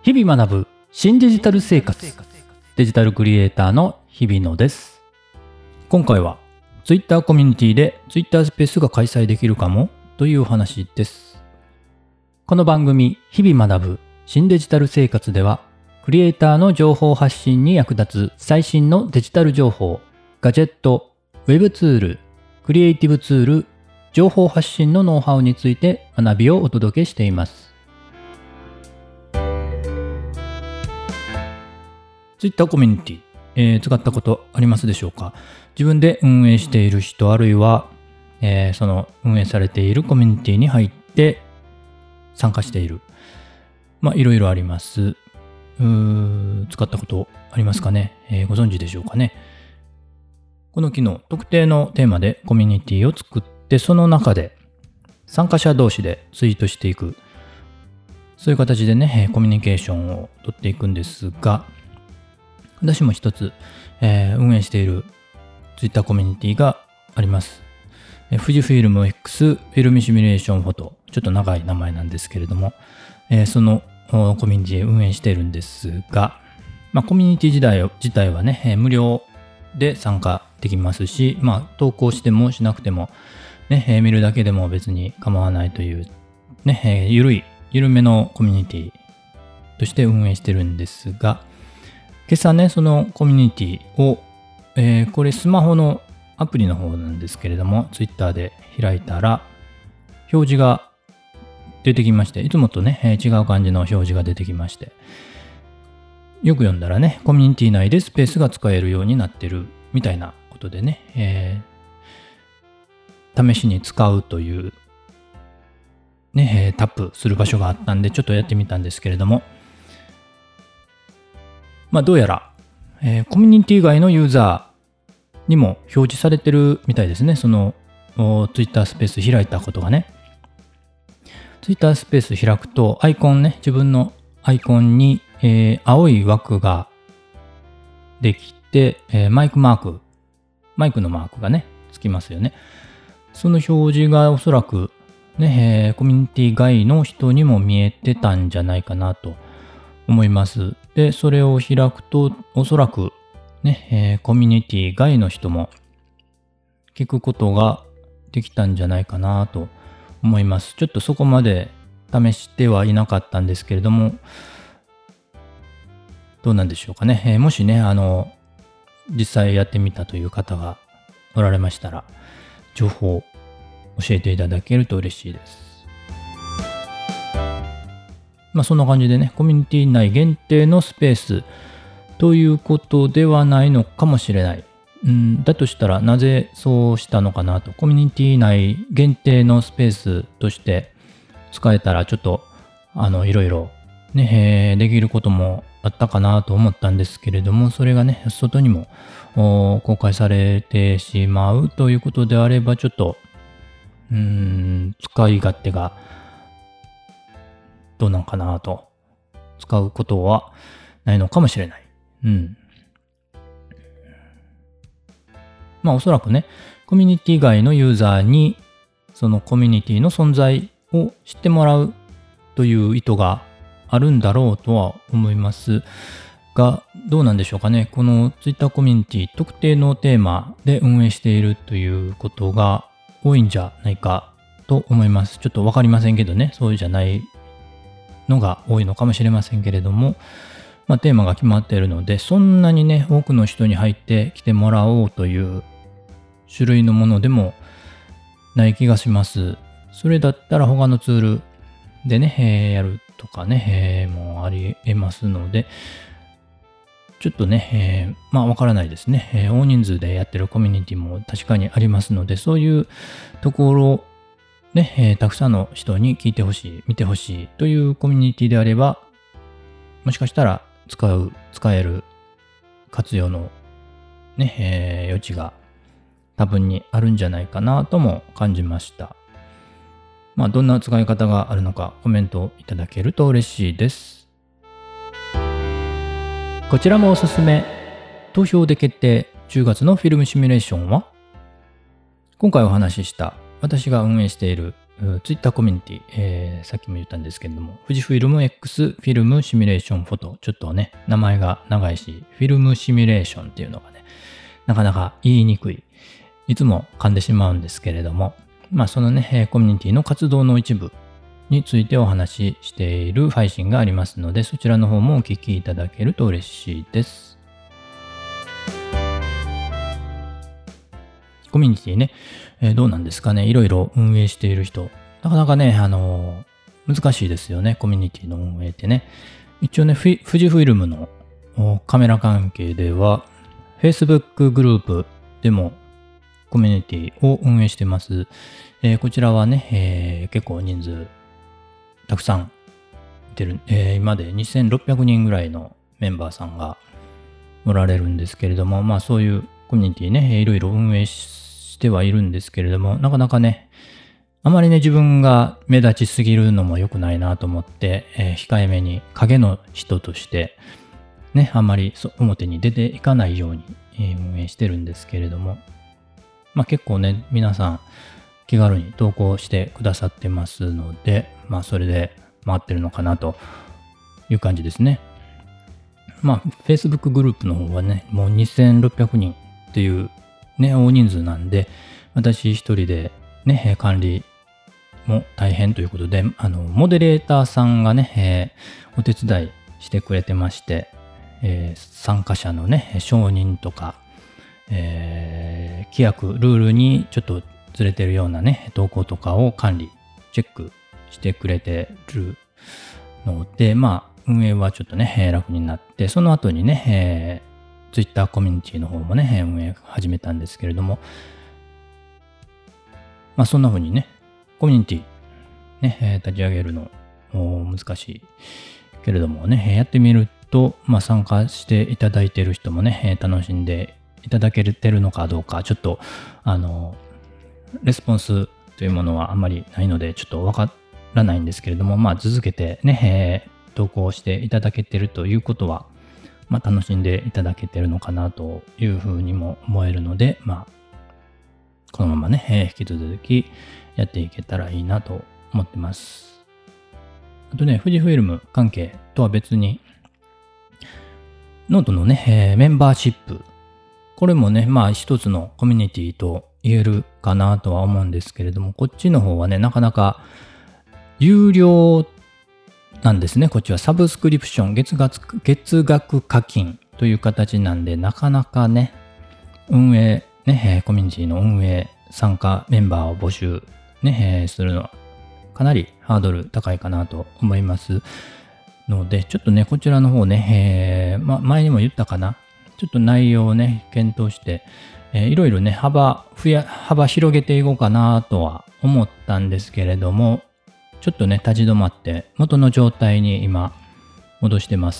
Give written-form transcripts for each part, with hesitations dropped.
日々学ぶ新デジタル生活、デジタルクリエイターの日々野です。今回は Twitter コミュニティで Twitter スペースが開催できるかもという話です。この番組日々学ぶ新デジタル生活では、クリエイターの情報発信に役立つ最新のデジタル情報、ガジェット、ウェブツール、クリエイティブツール、情報発信のノウハウについて学びをお届けしています。Twitter コミュニティ、使ったことありますでしょうか？自分で運営している人、あるいは、その運営されているコミュニティに入って参加している。いろいろあります。使ったことありますかね？ご存知でしょうかね？この機能、特定のテーマでコミュニティを作って、その中で参加者同士でツイートしていく。そういう形でね、コミュニケーションを取っていくんですが、私も一つ、運営している Twitter コミュニティがあります。富士フィルム X フィルムシミュレーションフォト。ちょっと長い名前なんですけれども、そのコミュニティを運営しているんですが、コミュニティ自体はね、無料で参加できますし、投稿してもしなくても、ね、見るだけでも別に構わないという、ね、緩めのコミュニティとして運営してるんですが、今朝ね、そのコミュニティを、これスマホのアプリの方なんですけれども、Twitter で開いたら、表示が出てきまして、いつもとね、違う感じの表示が出てきまして、よく読んだらね、コミュニティ内でスペースが使えるようになってるみたいなことでね、試しに使うというね、タップする場所があったんで、ちょっとやってみたんですけれども、どうやら、コミュニティ外のユーザーにも表示されてるみたいですね。その Twitter スペース開いたことがね。Twitter スペース開くとアイコンね、自分のアイコンに、青い枠ができて、マイクのマークがね、つきますよね。その表示がおそらくね、コミュニティ外の人にも見えてたんじゃないかなと思います。で、それを開くと、おそらくね、コミュニティ外の人も聞くことができたんじゃないかなと思います。ちょっとそこまで試してはいなかったんですけれども、どうなんでしょうかね。もしね、実際やってみたという方がおられましたら、情報を教えていただけると嬉しいです。そんな感じでね、コミュニティ内限定のスペースということではないのかもしれない。だとしたらなぜそうしたのかなと。コミュニティ内限定のスペースとして使えたらちょっといろいろね、できることもあったかなと思ったんですけれども、それがね、外にも公開されてしまうということであれば、ちょっと使い勝手がどうなんかなと、使うことはないのかもしれない。おそらくね、コミュニティ外のユーザーにそのコミュニティの存在を知ってもらうという意図があるんだろうとは思いますが、どうなんでしょうかね。この Twitter コミュニティ、特定のテーマで運営しているということが多いんじゃないかと思います。ちょっとわかりませんけどね、そうじゃないのが多いのかもしれませんけれども、テーマが決まっているので、そんなにね、多くの人に入ってきてもらおうという種類のものでもない気がします。それだったら他のツールでね、やるとかね、もうあり得ますので、ちょっとね、わからないですね。大人数でやってるコミュニティも確かにありますので、そういうところね、たくさんの人に聞いてほしい、見てほしいというコミュニティであれば、もしかしたら使える活用のね、余地が多分にあるんじゃないかなとも感じました。どんな使い方があるのかコメントいただけると嬉しいです。こちらもおすすめ。投票で決定。10月のフィルムシミュレーションは、今回お話しした私が運営しているツイッターコミュニティ、さっきも言ったんですけれども、富士フイルム X フィルムシミュレーションフォト。ちょっとね、名前が長いし、フィルムシミュレーションっていうのがね、なかなか言いにくい。いつも噛んでしまうんですけれども、そのね、コミュニティの活動の一部についてお話ししている配信がありますので、そちらの方もお聞きいただけると嬉しいです。コミュニティね、どうなんですかね。いろいろ運営している人、なかなかね、難しいですよね。コミュニティの運営ってね。一応ね、富士フイルムのカメラ関係では、Facebook グループでもコミュニティを運営してます。こちらはね、結構人数たくさんいてる、今で2600人ぐらいのメンバーさんがおられるんですけれども、そういうコミュニティね、いろいろ運営してはいるんですけれども、なかなかね、あまりね、自分が目立ちすぎるのも良くないなと思って、控えめに影の人としてね、あんまり表に出ていかないように、運営してるんですけれども、結構ね、皆さん気軽に投稿してくださってますので、それで回ってるのかなという感じですね。Facebook グループの方はね、もう2600人っていうね、大人数なんで、私一人でね、管理も大変ということで、モデレーターさんがね、お手伝いしてくれてまして、参加者のね、承認とか、規約、ルールにちょっとずれてるようなね、投稿とかを管理、チェックしてくれてるので、運営はちょっとね、楽になって、その後にね、Twitter コミュニティの方もね、運営始めたんですけれども、そんな風にね、コミュニティ、ね、立ち上げるの難しいけれどもね、やってみると、参加していただいている人もね、楽しんでいただけてるのかどうか、ちょっと、レスポンスというものはあんまりないので、ちょっとわからないんですけれども、続けてね、投稿していただけてるということは、楽しんでいただけてるのかなというふうにも思えるので、このままね、引き続きやっていけたらいいなと思ってます。あとね、富士フイルム関係とは別に、ノートのね、メンバーシップ。これもね、一つのコミュニティと言えるかなとは思うんですけれども、こっちの方はね、なかなか有料なんですね。こっちはサブスクリプション、月額課金という形なんで、なかなかね、運営、ね、コミュニティの運営、参加メンバーを募集、ね、するのはかなりハードル高いかなと思いますので、ちょっとね、こちらの方ね、前にも言ったかな、ちょっと内容をね、検討して、いろいろね、幅広げていこうかなとは思ったんですけれども、ちょっとね、立ち止まって元の状態に今戻してます。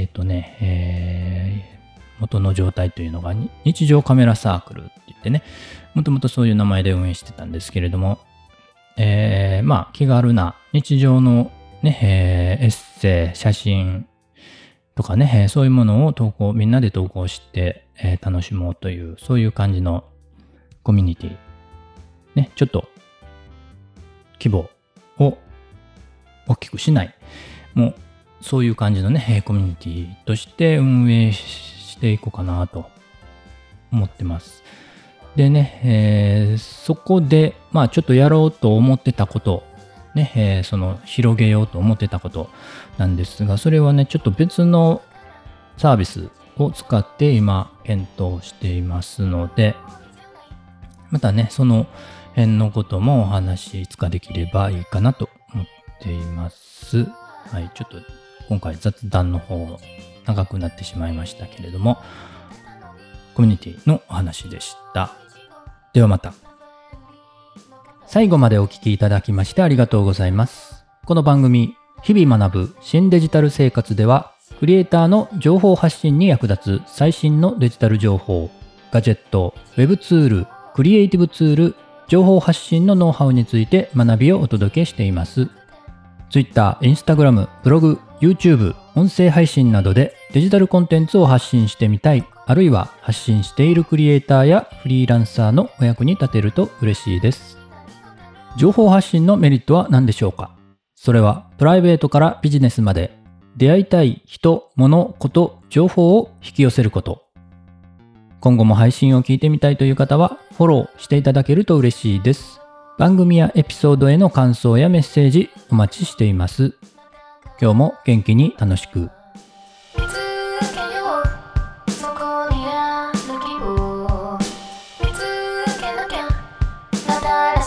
元の状態というのが日常カメラサークルって言ってね、もともとそういう名前で運営してたんですけれども、気軽な日常のね、エッセイ、写真とかね、そういうものをみんなで投稿して、楽しもうという、そういう感じのコミュニティ。ね、ちょっと規模を大きくしない。もう、そういう感じのね、コミュニティとして運営していこうかなと思ってます。でね、そこで、ちょっとやろうと思ってたこと、ね、広げようと思ってたことなんですが、それはね、ちょっと別のサービスを使って今検討していますので、またね、その辺のこともお話いつかできればいいかなと思っています。はい、ちょっと今回雑談の方長くなってしまいましたけれども、コミュニティのお話でした。ではまた。最後までお聞きいただきましてありがとうございます。この番組、日々学ぶ新デジタル生活では、クリエイターの情報発信に役立つ最新のデジタル情報、ガジェット、ウェブツール、クリエイティブツール、情報発信のノウハウについて学びをお届けしています。Twitter、Instagram、ブログ、YouTube、音声配信などでデジタルコンテンツを発信してみたい、あるいは発信しているクリエイターやフリーランサーのお役に立てると嬉しいです。 情報発信のメリットは何でしょうか？それはプライベートからビジネスまで出会いたい人、物、こと、情報を引き寄せること。今後も配信を聞いてみたいという方はフォローしていただけると嬉しいです。番組やエピソードへの感想やメッセージお待ちしています。今日も元気に楽しく。 新